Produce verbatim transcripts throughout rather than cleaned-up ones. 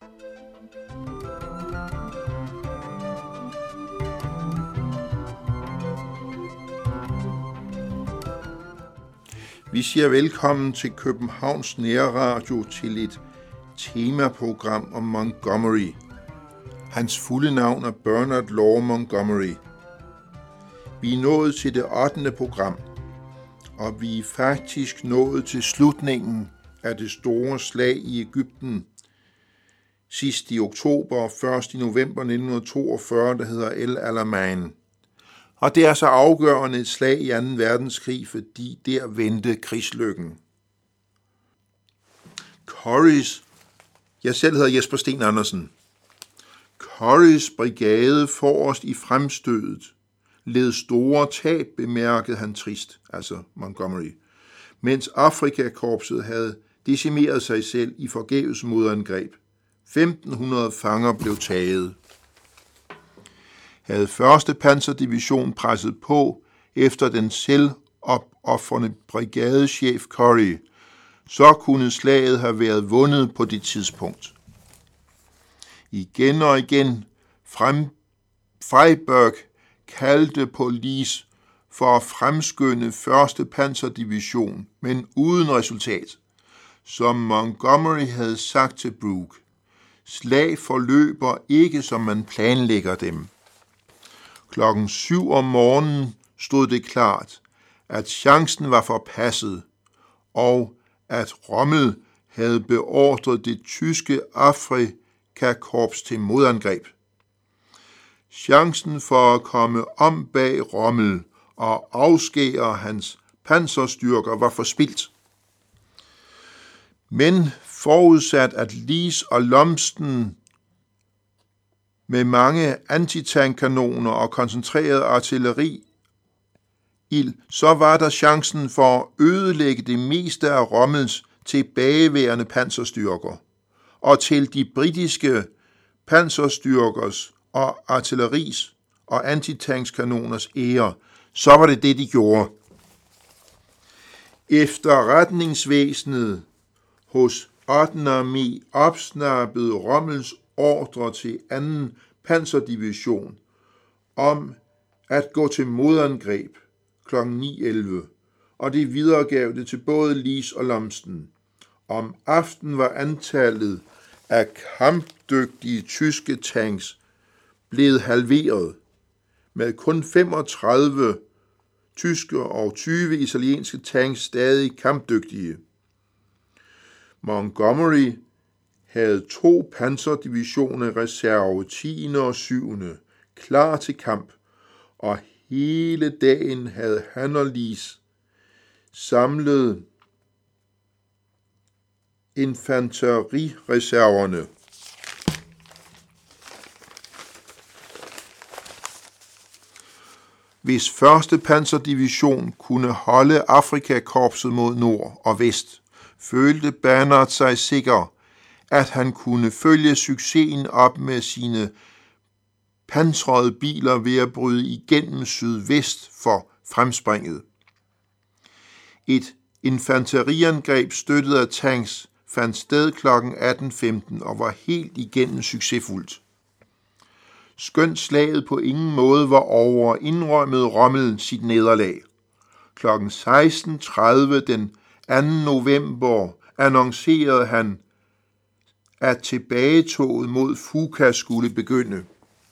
Vi siger velkommen til Københavns Nærradio til et temaprogram om Montgomery. Hans fulde navn er Bernard Law Montgomery. Vi er nået til det ottende program, og vi er faktisk nået til slutningen af det store slag i Egypten sidst i oktober og først i november nitten toogfyrre, der hedder El Alamein. Og det er så afgørende et slag i anden verdenskrig, fordi der vendte krigslykken. Currys, jeg selv hedder Jesper Sten Andersen. Currys brigade forrest i fremstødet led store tab, bemærkede han trist, altså Montgomery, mens Afrikakorpset havde decimeret sig selv i forgæves modangreb. femten hundrede fanger blev taget. Havde første panserdivision presset på efter den selvopofrende brigadechef Curry, så kunne slaget have været vundet på det tidspunkt. Igen og igen frem, Freiburg kaldte på Lees for at fremskynde første panserdivision, men uden resultat, som Montgomery havde sagt til Brooke. Slag forløber ikke, som man planlægger dem. Klokken syv om morgenen stod det klart, at chancen var forpasset, og at Rommel havde beordret det tyske Afrikakorps til modangreb. Chancen for at komme om bag Rommel og afskære hans panserstyrker var forspildt. Men forudsat at Lees og Lumsden med mange antitankanoner og koncentreret artilleri ild, så var der chancen for at ødelægge det meste af Rommels tilbageværende panserstyrker. Og til de britiske panserstyrkers og artilleris og antitankkanoners ære, så var det det, de gjorde. Efterretningsvæsenet hos ottende armé opsnappede Rommels ordre til anden panserdivision om at gå til modangreb klokken ni elleve, og det videregav det til både Lees og Lumsden. Om aftenen var antallet af kampdygtige tyske tanks blevet halveret, med kun femogtredive tyske og tyve italienske tanks stadig kampdygtige. Montgomery havde to panserdivisioner reserve tiende og syvende klar til kamp, og hele dagen havde han og Lees samlet infanterireserverne. Hvis første panserdivision kunne holde Afrikakorpset mod nord og vest, følte Bernard sig sikker, at han kunne følge succesen op med sine pansrede biler ved at bryde igennem sydvest for fremspringet. Et infanteriangreb støttet af tanks fandt sted klokken atten femten og var helt igennem succesfuldt. Skønt slaget på ingen måde var over, indrømmede Rommel sit nederlag. Klokken seksten tredive den anden november annoncerede han, at tilbagetoget mod Fuka skulle begynde.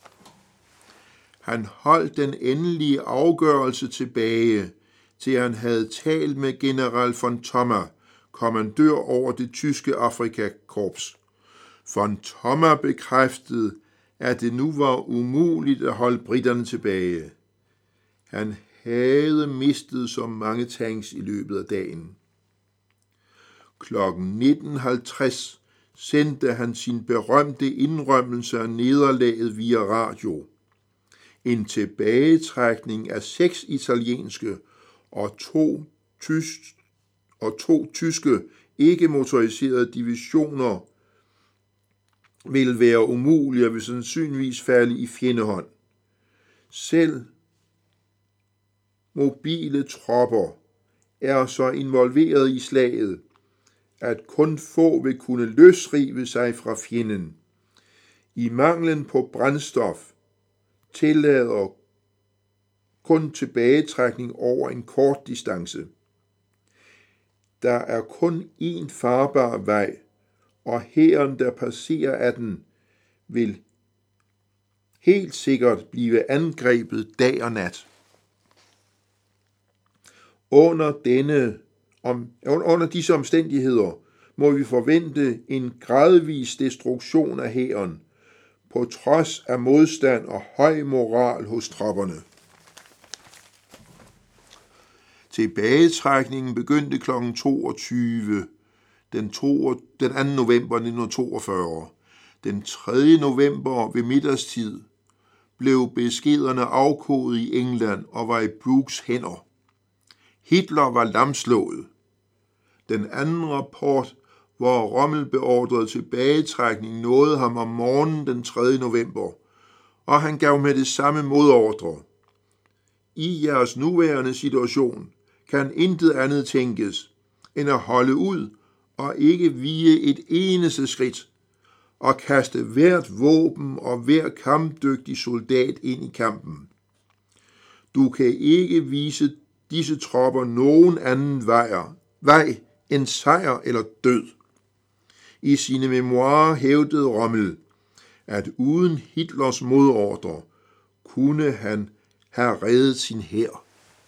Han holdt den endelige afgørelse tilbage, til han havde talt med general von Thoma, kommandør over det tyske Afrikakorps. Von Thoma bekræftede, at det nu var umuligt at holde briterne tilbage. Han havde mistet så mange tanks i løbet af dagen. Klokken nitten halvtreds sendte han sin berømte indrømmelse af nederlaget via radio. En tilbagetrækning af seks italienske og to, tysk, og to tyske ikke-motoriserede divisioner ville være umulige og vil sandsynligvis falde i fjendehånd. Selv mobile tropper er så involveret i slaget, at kun få vil kunne løsrive sig fra fjenden. I manglen på brændstof tillader kun tilbagetrækning over en kort distance. Der er kun én farbar vej, og hæren, der passerer af den, vil helt sikkert blive angrebet dag og nat. Under, denne, om, under disse omstændigheder må vi forvente en gradvis destruktion af hæren, på trods af modstand og høj moral hos tropperne. Tilbagetrækningen begyndte klokken toogtyve den anden november nitten toogfyrre. Den tredje november ved middagstid blev beskederne afkodet i England og var i Brookes hænder. Hitler var lamslået. Den anden rapport, hvor Rommel beordrede tilbagetrækning, nåede ham om morgenen den tredje november, og han gav med det samme modordre. I jeres nuværende situation kan intet andet tænkes, end at holde ud og ikke vige et eneste skridt, og kaste hvert våben og hver kampdygtig soldat ind i kampen. Du kan ikke vise disse tropper nogen anden vej, vej end sejr eller død. I sine memoirer hævdede Rommel, at uden Hitlers modordre kunne han have reddet sin hær.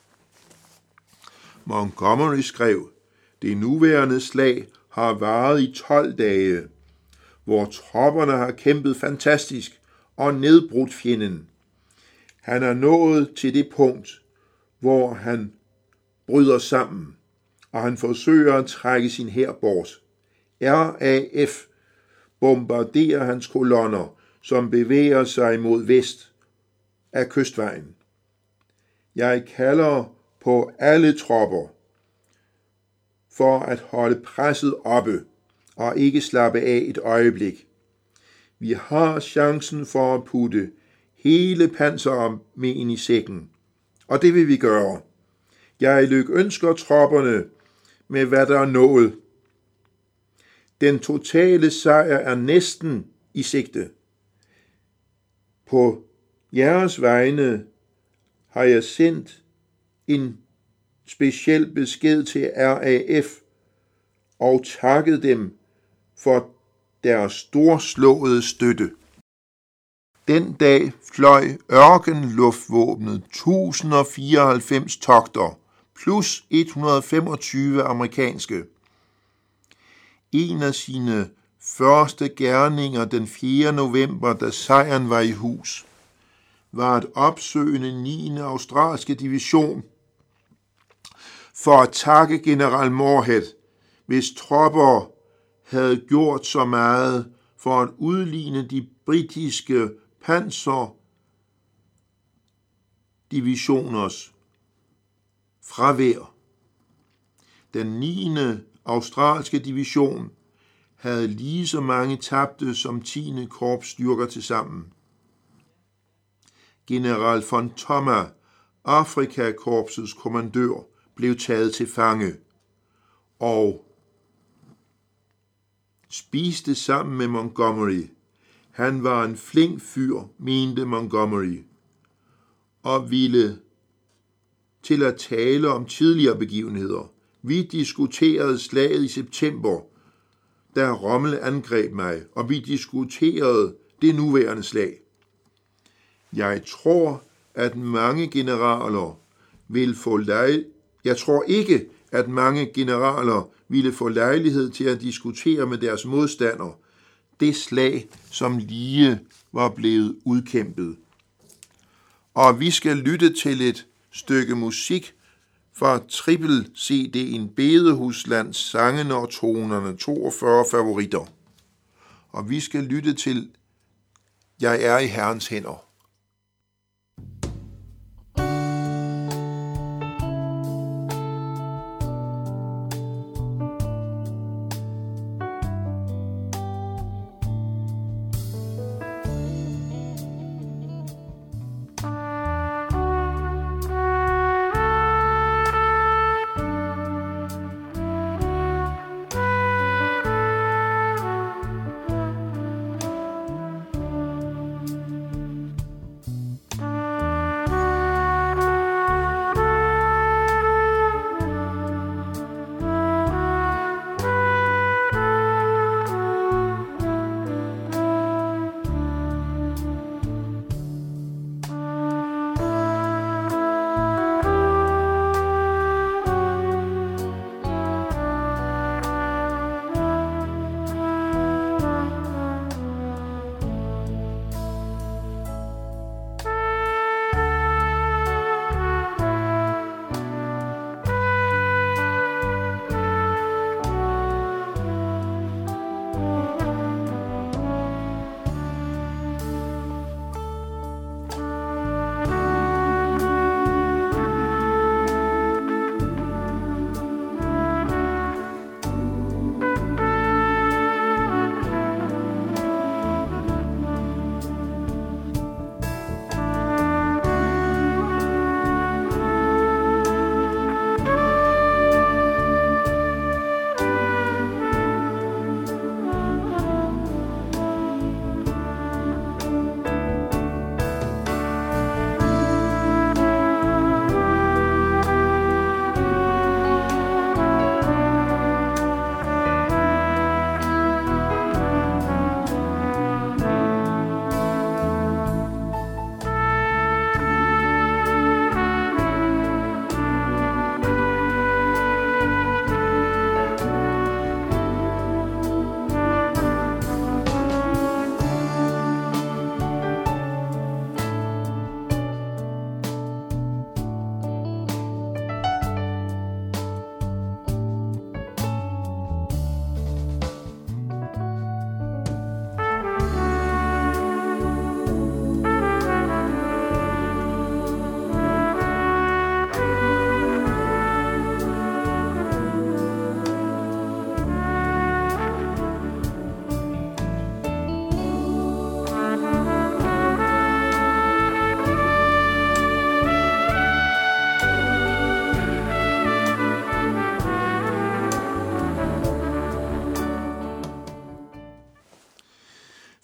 Montgomery skrev, det nuværende slag har varet i tolv dage, hvor tropperne har kæmpet fantastisk og nedbrudt fjenden. Han er nået til det punkt, hvor han bryder sammen, og han forsøger at trække sin hær bort. R A F bombarderer hans kolonner, som bevæger sig mod vest af kystvejen. Jeg kalder på alle tropper for at holde presset oppe og ikke slappe af et øjeblik. Vi har chancen for at putte hele panserarméen i sækken, og det vil vi gøre. Jeg lykønsker tropperne med hvad der er nået. Den totale sejr er næsten i sigte. På jeres vegne har jeg sendt en speciel besked til R A F og takket dem for deres storslåede støtte. Den dag fløj ørkenluftvåbnet et tusind og fireoghalvfems togter plus et hundrede og femogtyve amerikanske. En af sine første gerninger den fjerde november, da sejren var i hus, var at opsøge niende australske division for at takke general Moorhead, hvis tropper havde gjort så meget for at udligne de britiske panserdivisioners fravær. Den niende australske division havde lige så mange tabte som tiende korps styrker til sammen. General von Thoma, Afrikakorpsets kommandør, blev taget til fange og spiste sammen med Montgomery. Han var en flink fyr, mente Montgomery, og ville til at tale om tidligere begivenheder. Vi diskuterede slaget i september, da Rommel angreb mig, og vi diskuterede det nuværende slag. Jeg tror, at mange generaler vil få lej... Jeg tror ikke, at mange generaler ville få lejlighed til at diskutere med deres modstandere det slag, som lige var blevet udkæmpet. Og vi skal lytte til et stykke musik fra triple C D'en Bedehuslands Sangene og Tonerne, toogfyrre favoritter. Og vi skal lytte til Jeg er i Herrens hænder.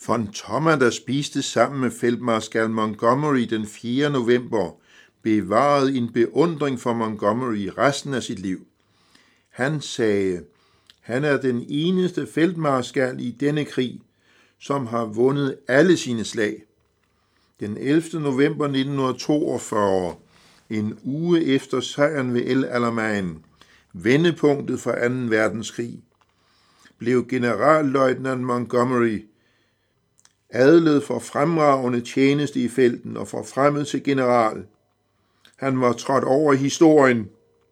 Von Thoma, der spiste sammen med feltmarskal Montgomery den fjerde november, bevarede en beundring for Montgomery resten af sit liv. Han sagde, han er den eneste feltmarskal i denne krig, som har vundet alle sine slag. Den ellevte november nitten toogfyrre, en uge efter sejren ved El Alamein, vendepunktet for anden verdenskrig, blev generalløjtnant Montgomery adlet for fremragende tjeneste i felten og forfremmet til general. Han var trådt over i historien.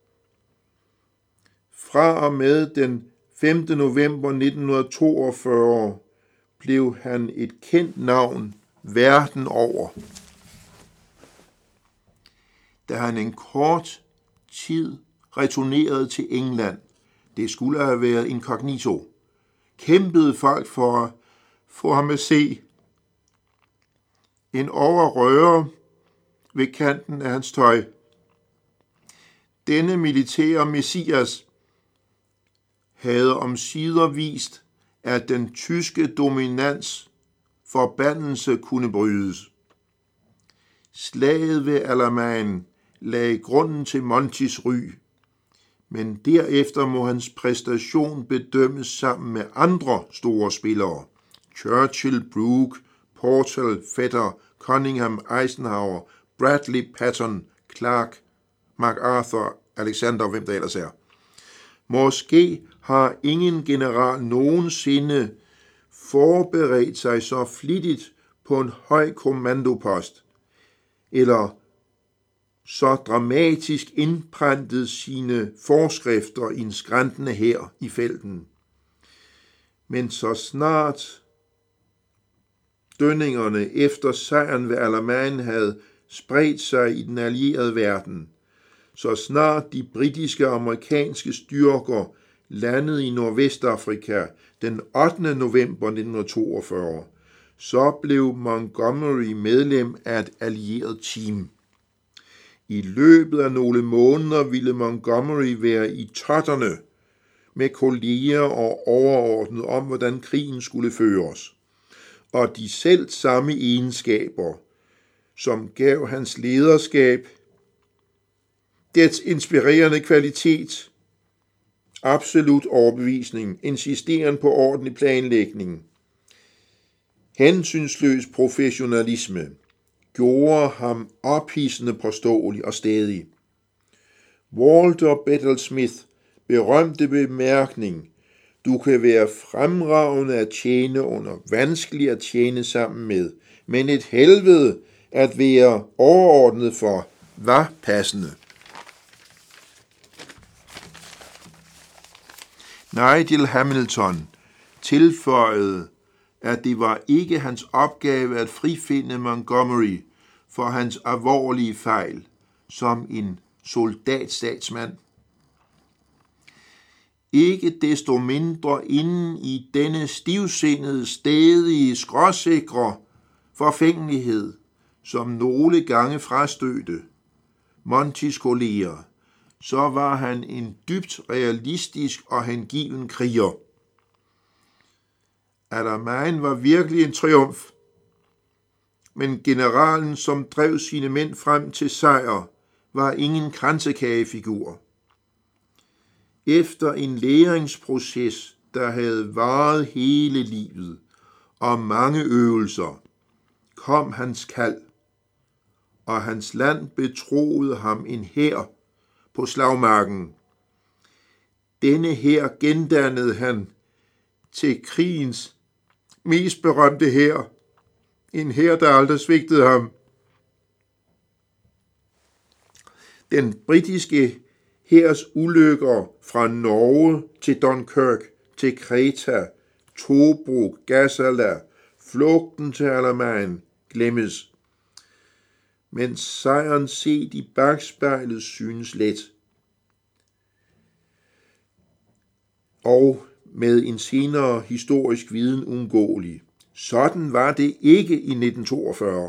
Fra og med den femte november nitten toogfyrre blev han et kendt navn verden over. Da han en kort tid returnerede til England, det skulle have været inkognito, kæmpede folk for at få ham at se en overrøre ved kanten af hans tøj. Denne militære messias havde omsider vist, at den tyske dominans forbandelse kunne brydes. Slaget ved Alamein lagde grunden til Montys ry, men derefter må hans præstation bedømmes sammen med andre store spillere. Churchill, Brooke, Portal, Fetter, Cunningham, Eisenhower, Bradley, Patton, Clark, MacArthur, Alexander, hvem der ellers er. Måske har ingen general nogensinde forberedt sig så flittigt på en høj kommandopost, eller så dramatisk indprintet sine forskrifter i en skrantende hær i felten. Men så snart dønningerne efter sejren ved Alamein havde spredt sig i den allierede verden, så snart de britiske og amerikanske styrker landede i Nordvestafrika den ottende november nitten toogfyrre, så blev Montgomery medlem af et allieret team. I løbet af nogle måneder ville Montgomery være i totterne med kolleger og overordnet om, hvordan krigen skulle føres. Og de selv samme egenskaber, som gav hans lederskab dets inspirerende kvalitet, absolut overbevisning, insisteren på ordentlig planlægning, hensynsløs professionalisme, gjorde ham ophidsende påståelig og stædig. Walter Bedell Smith berømte bemærkning, du kan være fremragende at tjene under, vanskelig at tjene sammen med, men et helvede at være overordnet for, var passende. Nigel Hamilton tilføjede, at det var ikke hans opgave at frifinde Montgomery for hans alvorlige fejl som en soldatstatsmand. Ikke desto mindre inden i denne stivsindede, stædige, skråsikre forfængelighed, som nogle gange frastødte Montys kolleger, så var han en dybt realistisk og hengiven kriger. Alamein var virkelig en triumf, men generalen, som drev sine mænd frem til sejr, var ingen kransekagefigur. Efter en læringsproces, der havde varet hele livet, og mange øvelser, kom hans kald, og hans land betroede ham en hær på slagmarken. Denne hær gendannede han til krigens mest berømte hær, en hær, der aldrig svigtede ham. Den britiske hærs ulykker fra Norge til Dunkirk, til Kreta, Tobruk, Gazala, flugten til Alamein glemmes. Men sejren set i bagspejlet synes let. Og med en senere historisk viden undgåelig. Sådan var det ikke i nitten toogfyrre.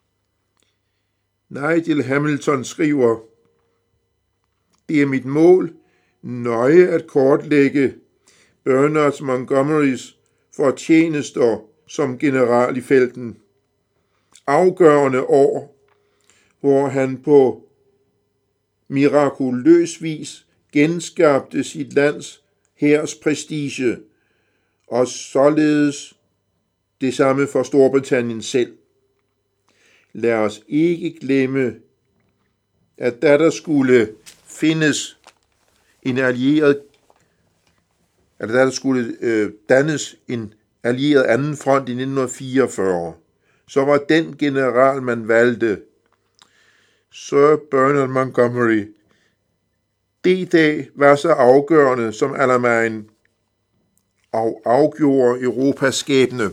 Nigel Hamilton skriver, det er mit mål nøje at kortlægge Bernard Montgomerys fortjenester som general i felten. Afgørende år, hvor han på mirakuløs vis genskabte sit lands hærs prestige, og således det samme for Storbritannien selv. Lad os ikke glemme, at da der skulle findes en allieret, at da der skulle øh, dannes en allieret anden front i nitten fireogfyrre, så var den general, man valgte, Sir Bernard Montgomery. D-dag var så afgørende som Alamein og afgjorde Europas skæbne.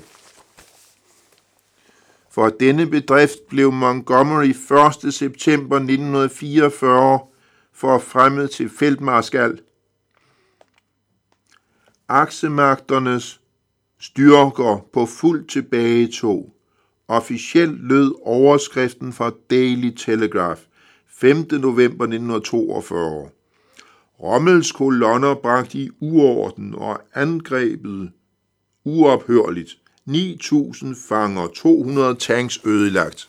For denne bedrift blev Montgomery første september nitten fireogfyrre forfremmet til feltmarskal. Aksemagternes styrker på fuld tilbagetog. Officielt lød overskriften fra Daily Telegraph femte november nitten toogfyrre. Rommels kolonner bragte i uorden og angrebet uophørligt. ni tusind fanger, to hundrede tanks ødelagt.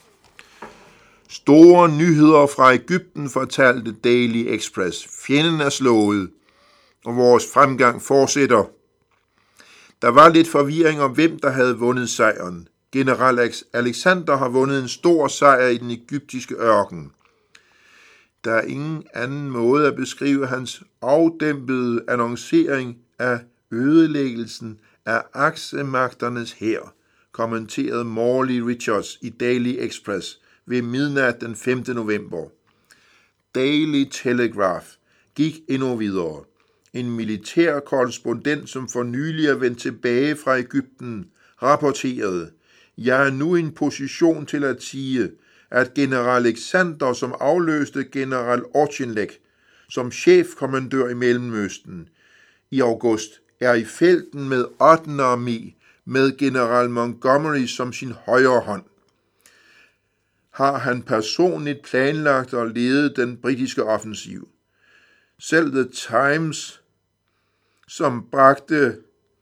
Store nyheder fra Egypten fortalte Daily Express. Fjenden er slået, og vores fremgang fortsætter. Der var lidt forvirring om, hvem der havde vundet sejren. General Alexander har vundet en stor sejr i den egyptiske ørken. Der er ingen anden måde at beskrive hans afdæmpede annoncering af ødelæggelsen af aksemagternes hær, kommenterede Morley Richards i Daily Express ved midnat den femte november. Daily Telegraph gik endnu videre. En militær korrespondent, som for nylig er vendt tilbage fra Egypten, rapporterede: Jeg er nu i en position til at sige, at general Alexander, som afløste general Auchinleck som chefkommandør i Mellemøsten i august, er i felten med ottende armé med general Montgomery som sin højre hånd. Har han personligt planlagt og ledet den britiske offensiv. Selv The Times, som bragte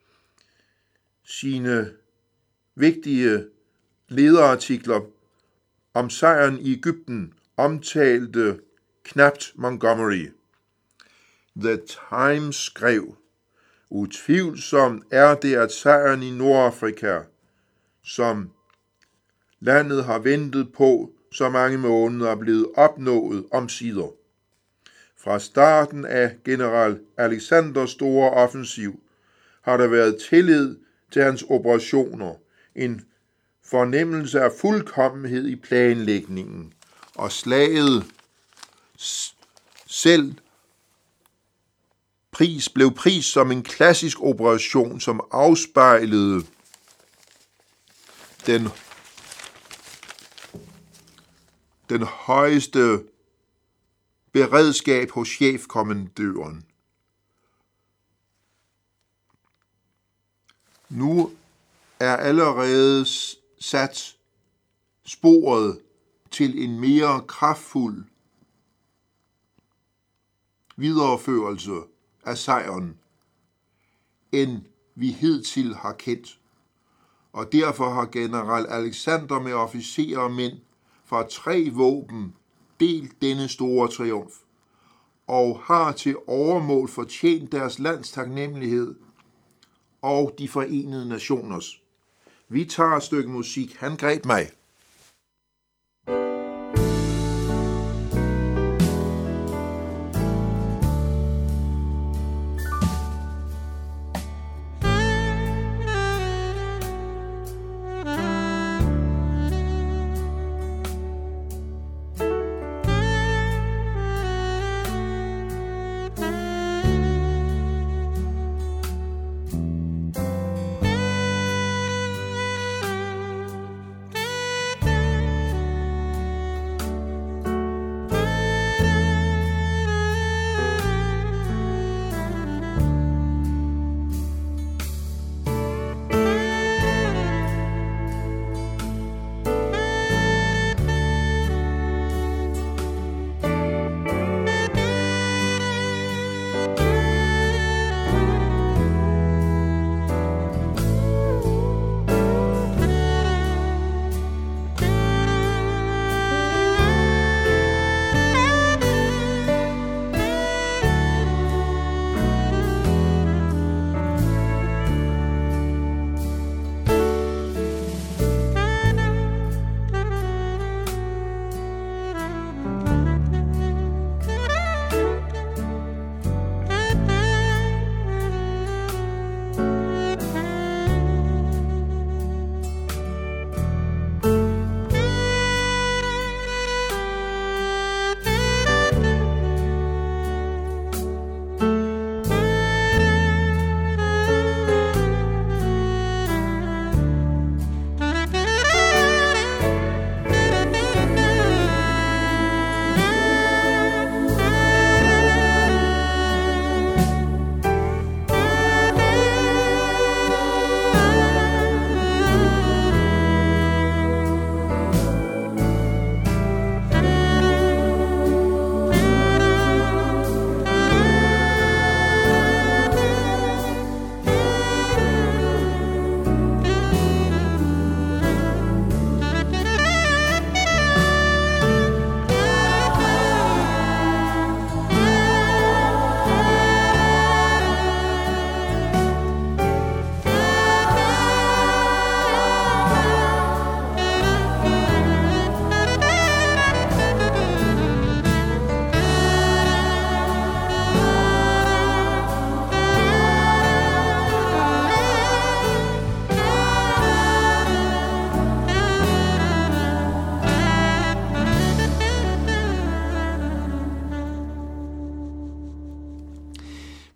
sine vigtige lederartikler om sejren i Egypten, omtalte knapt Montgomery. The Times skrev: Utvivlsomt er det, at sejren i Nordafrika, som landet har ventet på så mange måneder, er blevet opnået omsider. Fra starten af general Alexanders store offensiv har der været tillid til hans operationer, en fornemmelse af fuldkommenhed i planlægningen, og slaget selv pris blev pris som en klassisk operation, som afspejlede den, den højeste beredskab hos chefkommandøren. Nu er allerede sat sporet til en mere kraftfuld videreførelse af sejren, end vi hidtil har kendt. Og derfor har general Alexander med officerer og mænd fra tre våben delt denne store triumf, og har til overmål fortjent deres lands taknemmelighed og de forenede nationers. Vi tager et stykke musik. Han greb mig.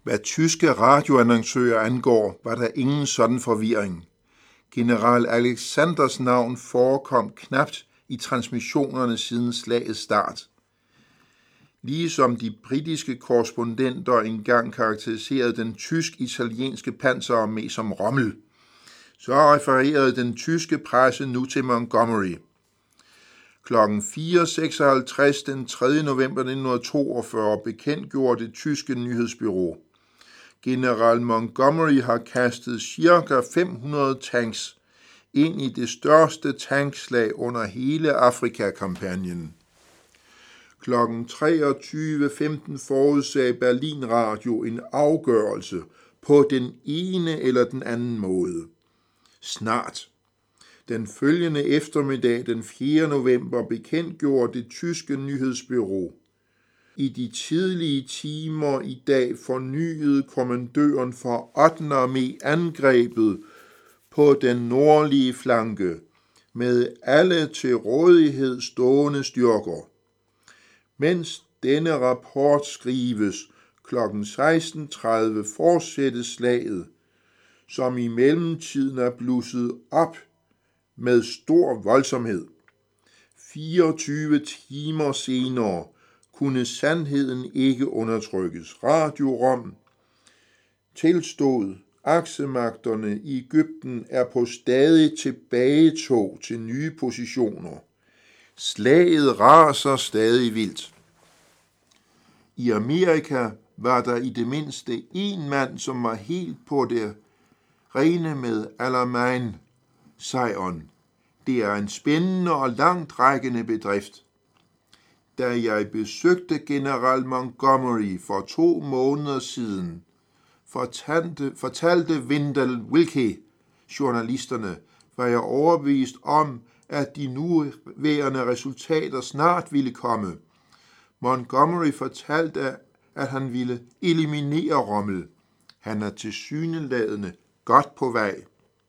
Hvad tyske radioannoncører angår, var der ingen sådan forvirring. General Alexanders navn forekom knapt i transmissionerne siden slagets start. Ligesom de britiske korrespondenter engang karakteriserede den tysk-italienske panserarmé som Rommel, så refererede den tyske presse nu til Montgomery. Klokken fire seksoghalvtreds den tredje november nitten toogfyrre bekendtgjorde det tyske nyhedsbyrå: General Montgomery har kastet ca. fem hundrede tanks ind i det største tankslag under hele Afrika-kampagnen. Klokken treogtyve femten forudsagde Berlin Radio en afgørelse på den ene eller den anden måde. Snart. Den følgende eftermiddag den fjerde november bekendtgjorde det tyske nyhedsbyrå: I de tidlige timer i dag fornyede kommandøren for ottende armé angrebet på den nordlige flanke med alle til rådighed stående styrker. Mens denne rapport skrives klokken seksten tredive fortsættes slaget, som i mellemtiden er blusset op med stor voldsomhed. fireogtyve timer senere kunne sandheden ikke undertrykkes. Radio Rom tilstod, aksemagterne i Egypten er på stadig tilbagetog til nye positioner. Slaget raser stadig vildt. I Amerika var der i det mindste en mand, som var helt på det rene med Alamein-sejren. Det er en spændende og langtrækkende bedrift. Da jeg besøgte general Montgomery for to måneder siden, fortalte, fortalte Wendell Willkie journalisterne, var jeg overbevist om, at de nuværende resultater snart ville komme. Montgomery fortalte, at han ville eliminere Rommel. Han er tilsyneladende godt på vej.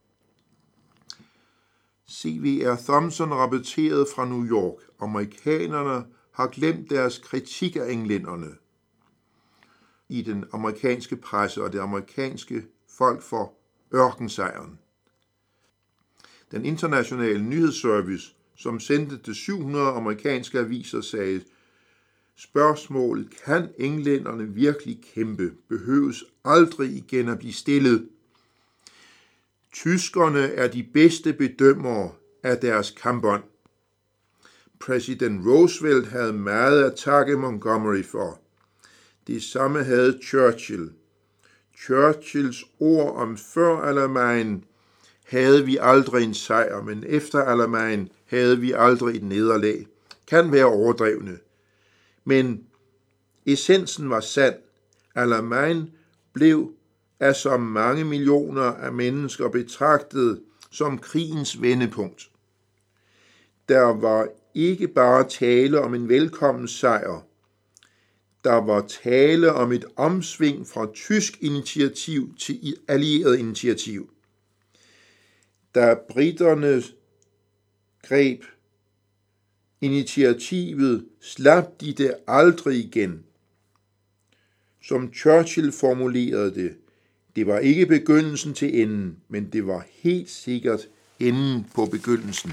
C V R Thompson rapporterede fra New York: Amerikanerne har glemt deres kritik af englænderne i den amerikanske presse og det amerikanske folk for ørkensejren. Den internationale nyhedsservice, som sendte til syv hundrede amerikanske aviser, sagde: spørgsmålet, kan englænderne virkelig kæmpe, behøves aldrig igen at blive stillet. Tyskerne er de bedste bedømmere af deres kampånd. Præsident Roosevelt havde meget at takke Montgomery for. Det samme havde Churchill. Churchills ord om før Alamein havde vi aldrig en sejr, men efter Alamein havde vi aldrig et nederlag, kan være overdrevne. Men essensen var sand. Alamein blev af så mange millioner af mennesker betragtet som krigens vendepunkt. Der var ikke bare tale om en velkommen sejr. Der var tale om et omsving fra tysk initiativ til allieret initiativ. Da briterne greb initiativet, slap de det aldrig igen. Som Churchill formulerede det, det var ikke begyndelsen til enden, men det var helt sikkert enden på begyndelsen.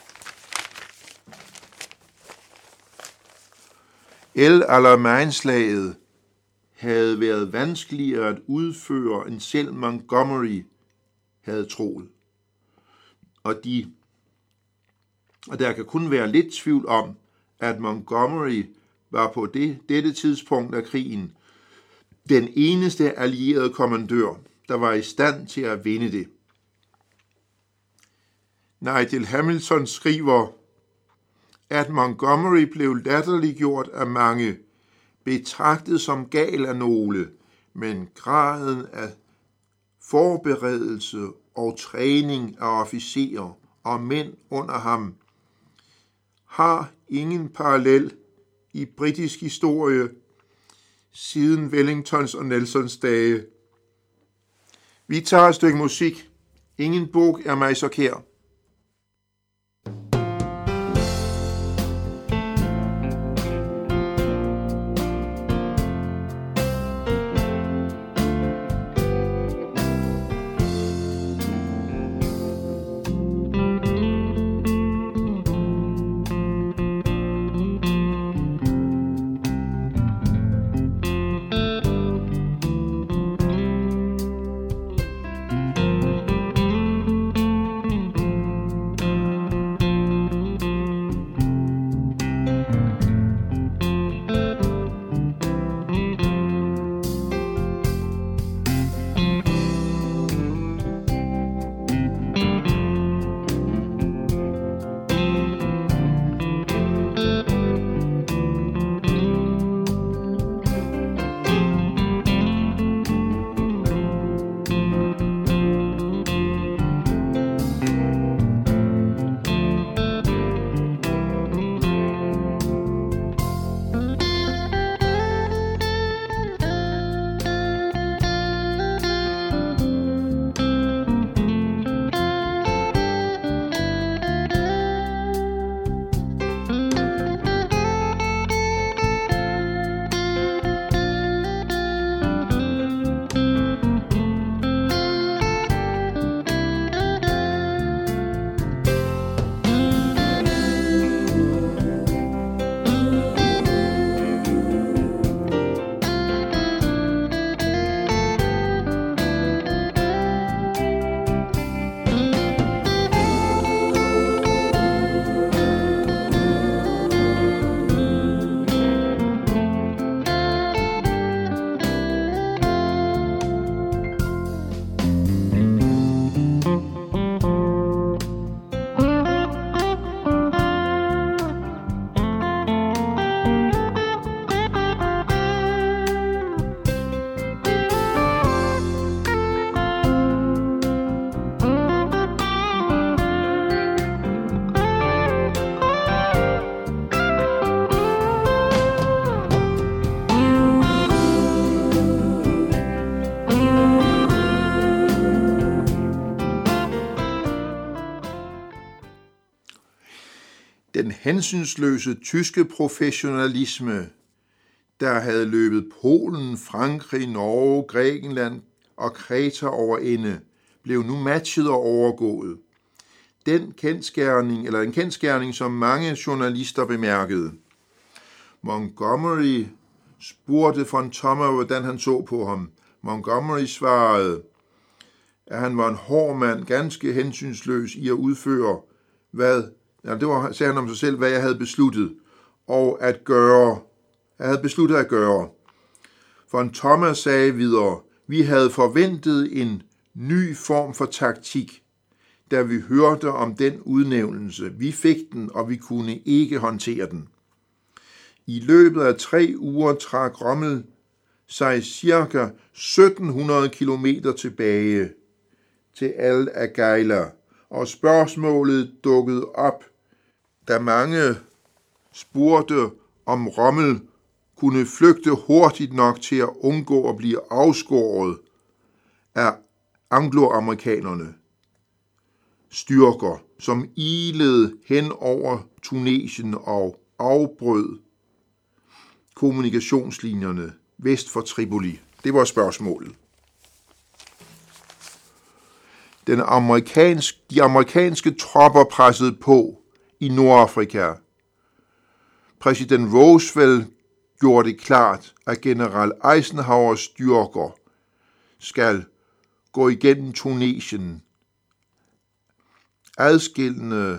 El Alamein-slaget havde været vanskeligere at udføre, end selv Montgomery havde troet. Og, de, og der kan kun være lidt tvivl om, at Montgomery var på det, dette tidspunkt af krigen den eneste allierede kommandør, der var i stand til at vinde det. Nigel Hamilton skriver, at Montgomery blev latterliggjort af mange, betragtet som gal af nogle, men graden af forberedelse og træning af officerer og mænd under ham har ingen parallel i britisk historie siden Wellingtons og Nelsons dage. Vi tager et stykke musik. Ingen bog er mig så kær. Den hensynsløse tyske professionalisme, der havde løbet Polen, Frankrig, Norge, Grækenland og Kreta over ende, blev nu matchet og overgået. Den kendsgerning, eller en kendsgerning, som mange journalister bemærkede. Montgomery spurgte von Tommer, hvordan han så på ham. Montgomery svarede, at han var en hård mand, ganske hensynsløs i at udføre, hvad, ja, det var, sagde han om sig selv, hvad jeg havde besluttet, og at gøre, jeg havde besluttet at gøre. Von Tommer sagde videre, vi havde forventet en ny form for taktik, da vi hørte om den udnævnelse. Vi fik den, og vi kunne ikke håndtere den. I løbet af tre uger trak Rommel sig cirka sytten hundrede kilometer tilbage til Al-Agheila, og spørgsmålet dukkede op, da mange spurgte, om Rommel kunne flygte hurtigt nok til at undgå at blive afskåret af angloamerikanerne styrker, som ilede hen over Tunesien og afbrød kommunikationslinjerne vest for Tripoli. Det var spørgsmålet. Den amerikanske, de amerikanske tropper pressede på i Nordafrika. Præsident Roosevelt gjorde det klart, at general Eisenhowers styrker skal gå igennem Tunesien, adskillende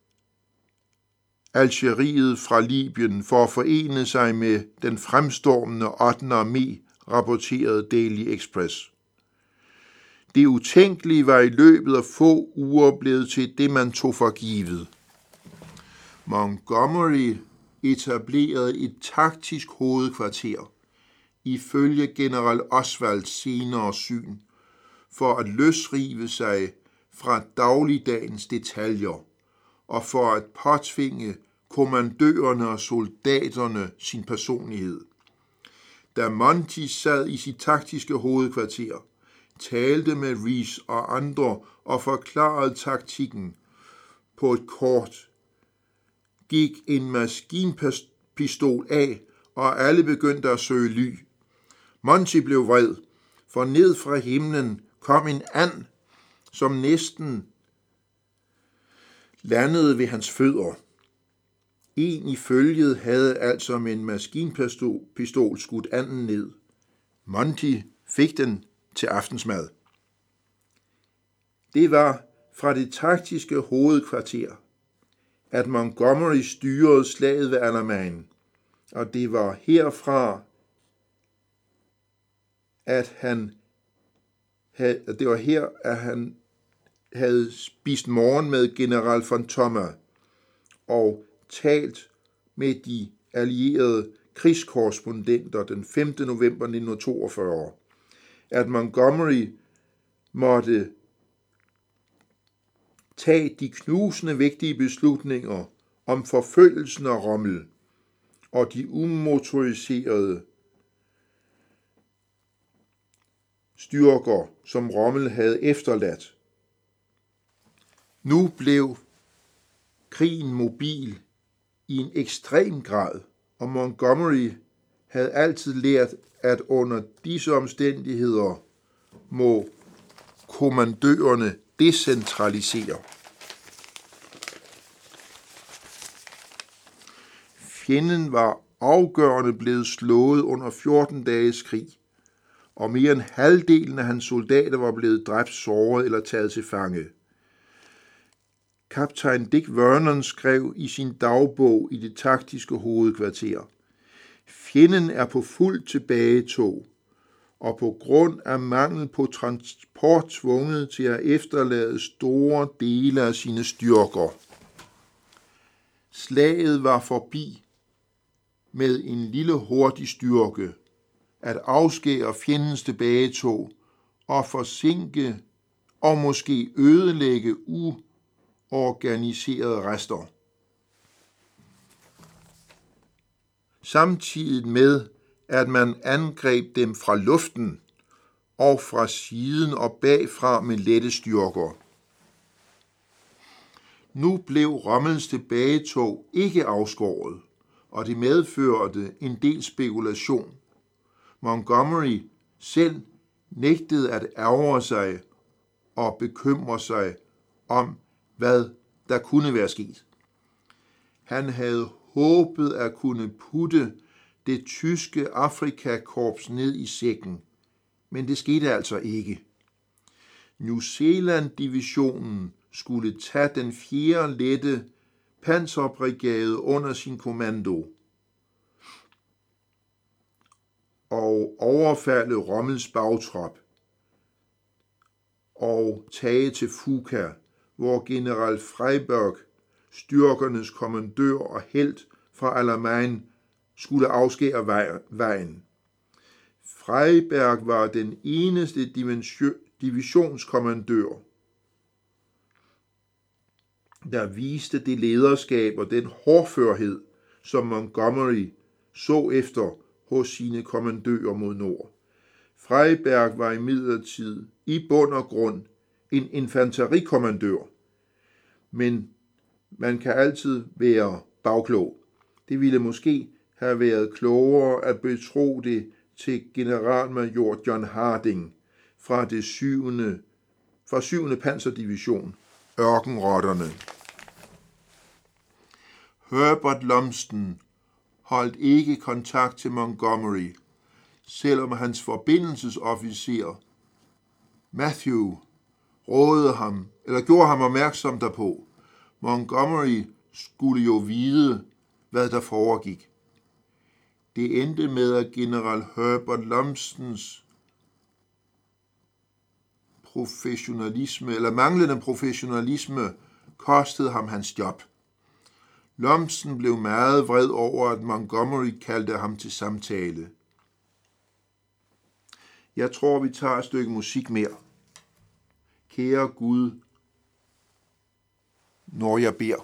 Algeriet fra Libyen for at forene sig med den fremstormende ottende armé, rapporterede Daily Express. Det utænkelige var i løbet af få uger blevet til det, man tog for givet. Montgomery etablerede et taktisk hovedkvarter, ifølge general Oswalds senere syn, for at løsrive sig fra dagligdagens detaljer og for at påtvinge kommandørerne og soldaterne sin personlighed. Da Monty sad i sit taktiske hovedkvarter, talte med Reese og andre og forklarede taktikken på et kort, gik en maskinpistol af, og alle begyndte at søge ly. Monty blev vred, for ned fra himlen kom en and, som næsten landede ved hans fødder. En i følget havde altså med en maskinpistol skudt anden ned. Monty fik den til aftensmad. Det var fra det taktiske hovedkvarter, at Montgomery styrede slaget ved Alamein, og det var herfra, at han havde, det var her, at han havde spist morgen med general von Tommer og talt med de allierede krigskorrespondenter den femte november nitten toogfyrre, at Montgomery måtte tage de knusende vigtige beslutninger om forfølgelsen af Rommel og de umotoriserede styrker, som Rommel havde efterladt. Nu blev krigen mobil i en ekstrem grad, og Montgomery havde altid lært, at under disse omstændigheder må kommandørerne decentralisere. Fjenden var afgørende blevet slået under fjorten dages krig, og mere end halvdelen af hans soldater var blevet dræbt, såret eller taget til fange. Kaptajn Dick Vernon skrev i sin dagbog i det taktiske hovedkvarter: fjenden er på fuld tilbagetog, og på grund af mangel på transport tvunget til at efterlade store dele af sine styrker. Slaget var forbi med en lille hurtig styrke, at afskære fjendens tilbagetog og forsinke og måske ødelægge uorganiserede rester. Samtidig med, at man angreb dem fra luften og fra siden og bagfra med lette styrker. Nu blev Rommels tilbagetog ikke afskåret, og det medførte en del spekulation. Montgomery selv nægtede at ærgre sig og bekymre sig om, hvad der kunne være sket. Han havde håbet at kunne putte det tyske Afrikakorps ned i sækken, men det skete altså ikke. New Zealand-divisionen skulle tage den fjerde lette panserbrigade under sin kommando og overfalde Rommels bagtrop og tage til Fuka, hvor general Freyberg, styrkernes kommandør og helt fra Alamein, skulle afskære vejen. Freyberg var den eneste divisionskommandør, der viste det lederskab og den hårdførhed, som Montgomery så efter hos sine kommandører mod nord. Freyberg var imidlertid i bund og grund en infanterikommandør, men man kan altid være bagklog. Det ville måske have været klogere at betro det til generalmajor John Harding fra det syvende fra syvende panserdivision, ørkenrotterne. Herbert Lumsden holdt ikke kontakt til Montgomery, selvom hans forbindelsesofficer Matthew rådede ham, eller gjorde ham opmærksom derpå. Montgomery skulle jo vide, hvad der foregik. Det endte med, at general Herbert Lumsdens professionalisme, eller manglende professionalisme, kostede ham hans job. Lumsden blev meget vred over, at Montgomery kaldte ham til samtale. Jeg tror, vi tager et stykke musik mere. Kære Gud, når jeg beder.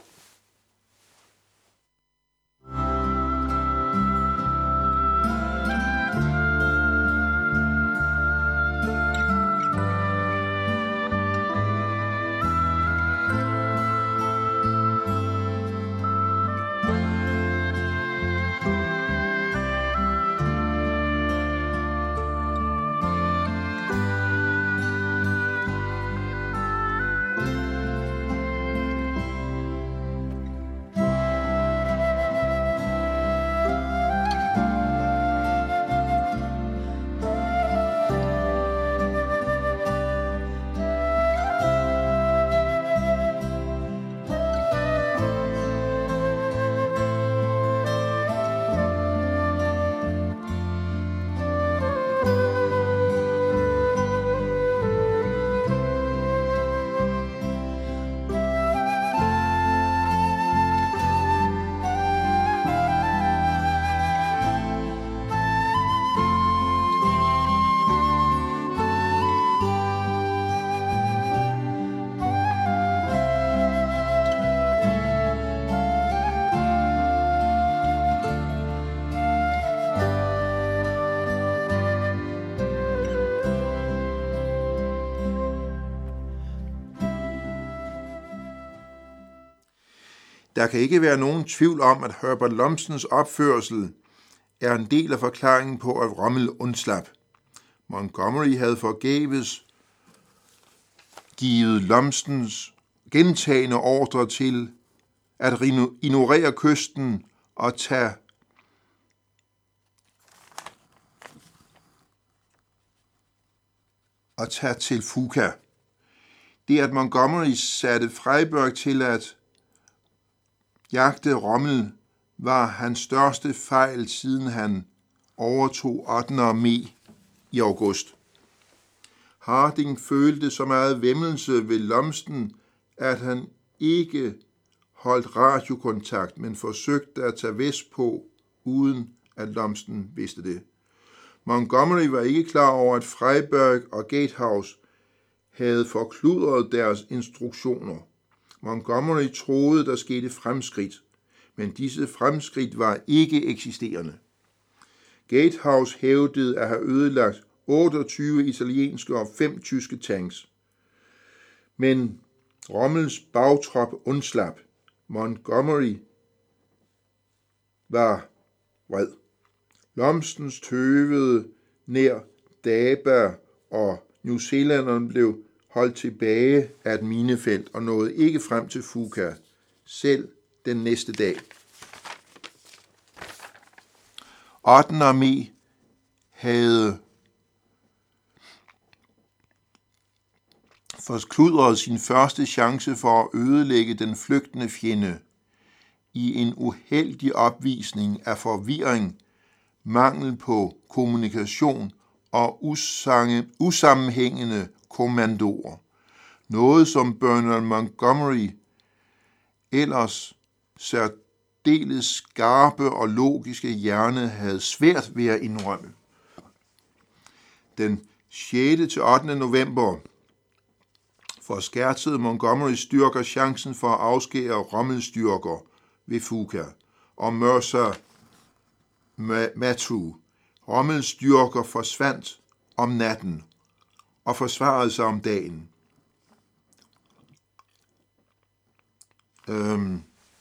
Der kan ikke være nogen tvivl om, at Herbert Lumsdens opførsel er en del af forklaringen på, at Rommel undslap. Montgomery havde forgæves givet Lumsdens gentagne ordre til at ignorere kysten og tage og tage til Fuka. Det, at Montgomery satte Freyberg til at jagte Rommel, var hans største fejl, siden han overtog ottende armé i august. Harding følte så meget væmmelse ved Lumsden, at han ikke holdt radiokontakt, men forsøgte at tage vestpå, uden at Lumsden vidste det. Montgomery var ikke klar over, at Freyberg og Gatehouse havde forkludret deres instruktioner. Montgomery troede, der skete fremskridt, men disse fremskridt var ikke eksisterende. Gatehouse hævdede at have ødelagt otteogtyve italienske og fem tyske tanks. Men Rommels bagtrop undslap. Montgomery var vred. Lumsdens tøvede nær Daba, og newzealanderne blev holdt tilbage af et minefelt og nåede ikke frem til Fuka, selv den næste dag. ottende armé havde forskludret sin første chance for at ødelægge den flygtende fjende i en uheldig opvisning af forvirring, mangel på kommunikation og usange, usammenhængende kommandoer. Noget som Bernard Montgomery ellers særdeles skarpe og logiske hjerne havde svært ved at indrømme. Den sjette til ottende november forskærtede Montgomerys styrker chancen for at afskære Rommels styrker ved Fuka og Mercer Mattu. Rommels styrker forsvandt om natten og forsvarede sig om dagen. Øhm.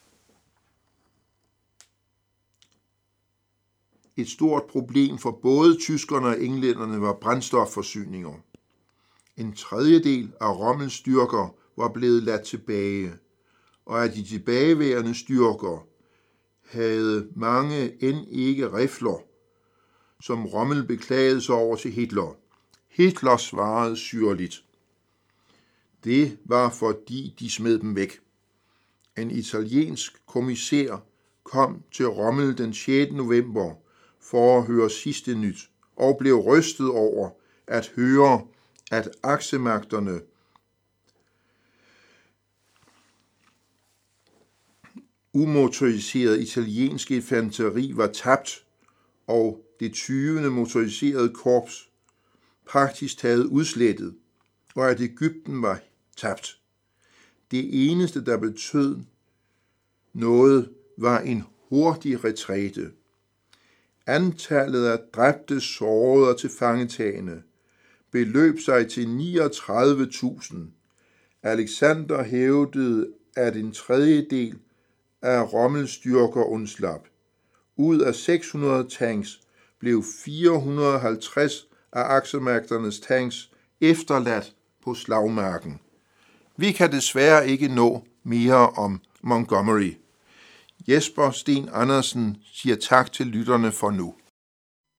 Et stort problem for både tyskerne og englænderne var brændstofforsyninger. En tredjedel af Rommels styrker var blevet ladt tilbage, og af de tilbageværende styrker havde mange end ikke rifler, som Rommel beklagede sig over til Hitler. Hitler svarede syrligt. Det var fordi de smed dem væk. En italiensk kommissær kom til Rommel den sjette november for at høre sidste nyt, og blev rystet over at høre, at aksemagterne umotoriseret italiensk infanteri var tabt, og det tyvende motoriserede korps praktisk taget udslettet, og at Egypten var tabt. Det eneste, der betød noget, var en hurtig retræte. Antallet af dræbte, sårede og tilfangetagende beløb sig til niogtredive tusind. Alexander hævdede, at en tredjedel af Rommels styrker undslap. Ud af seks hundrede tanks blev fire hundrede og halvtreds af aksemagternes tanks efterladt på slagmarken. Vi kan desværre ikke nå mere om Montgomery. Jesper Sten Andersen siger tak til lytterne for nu.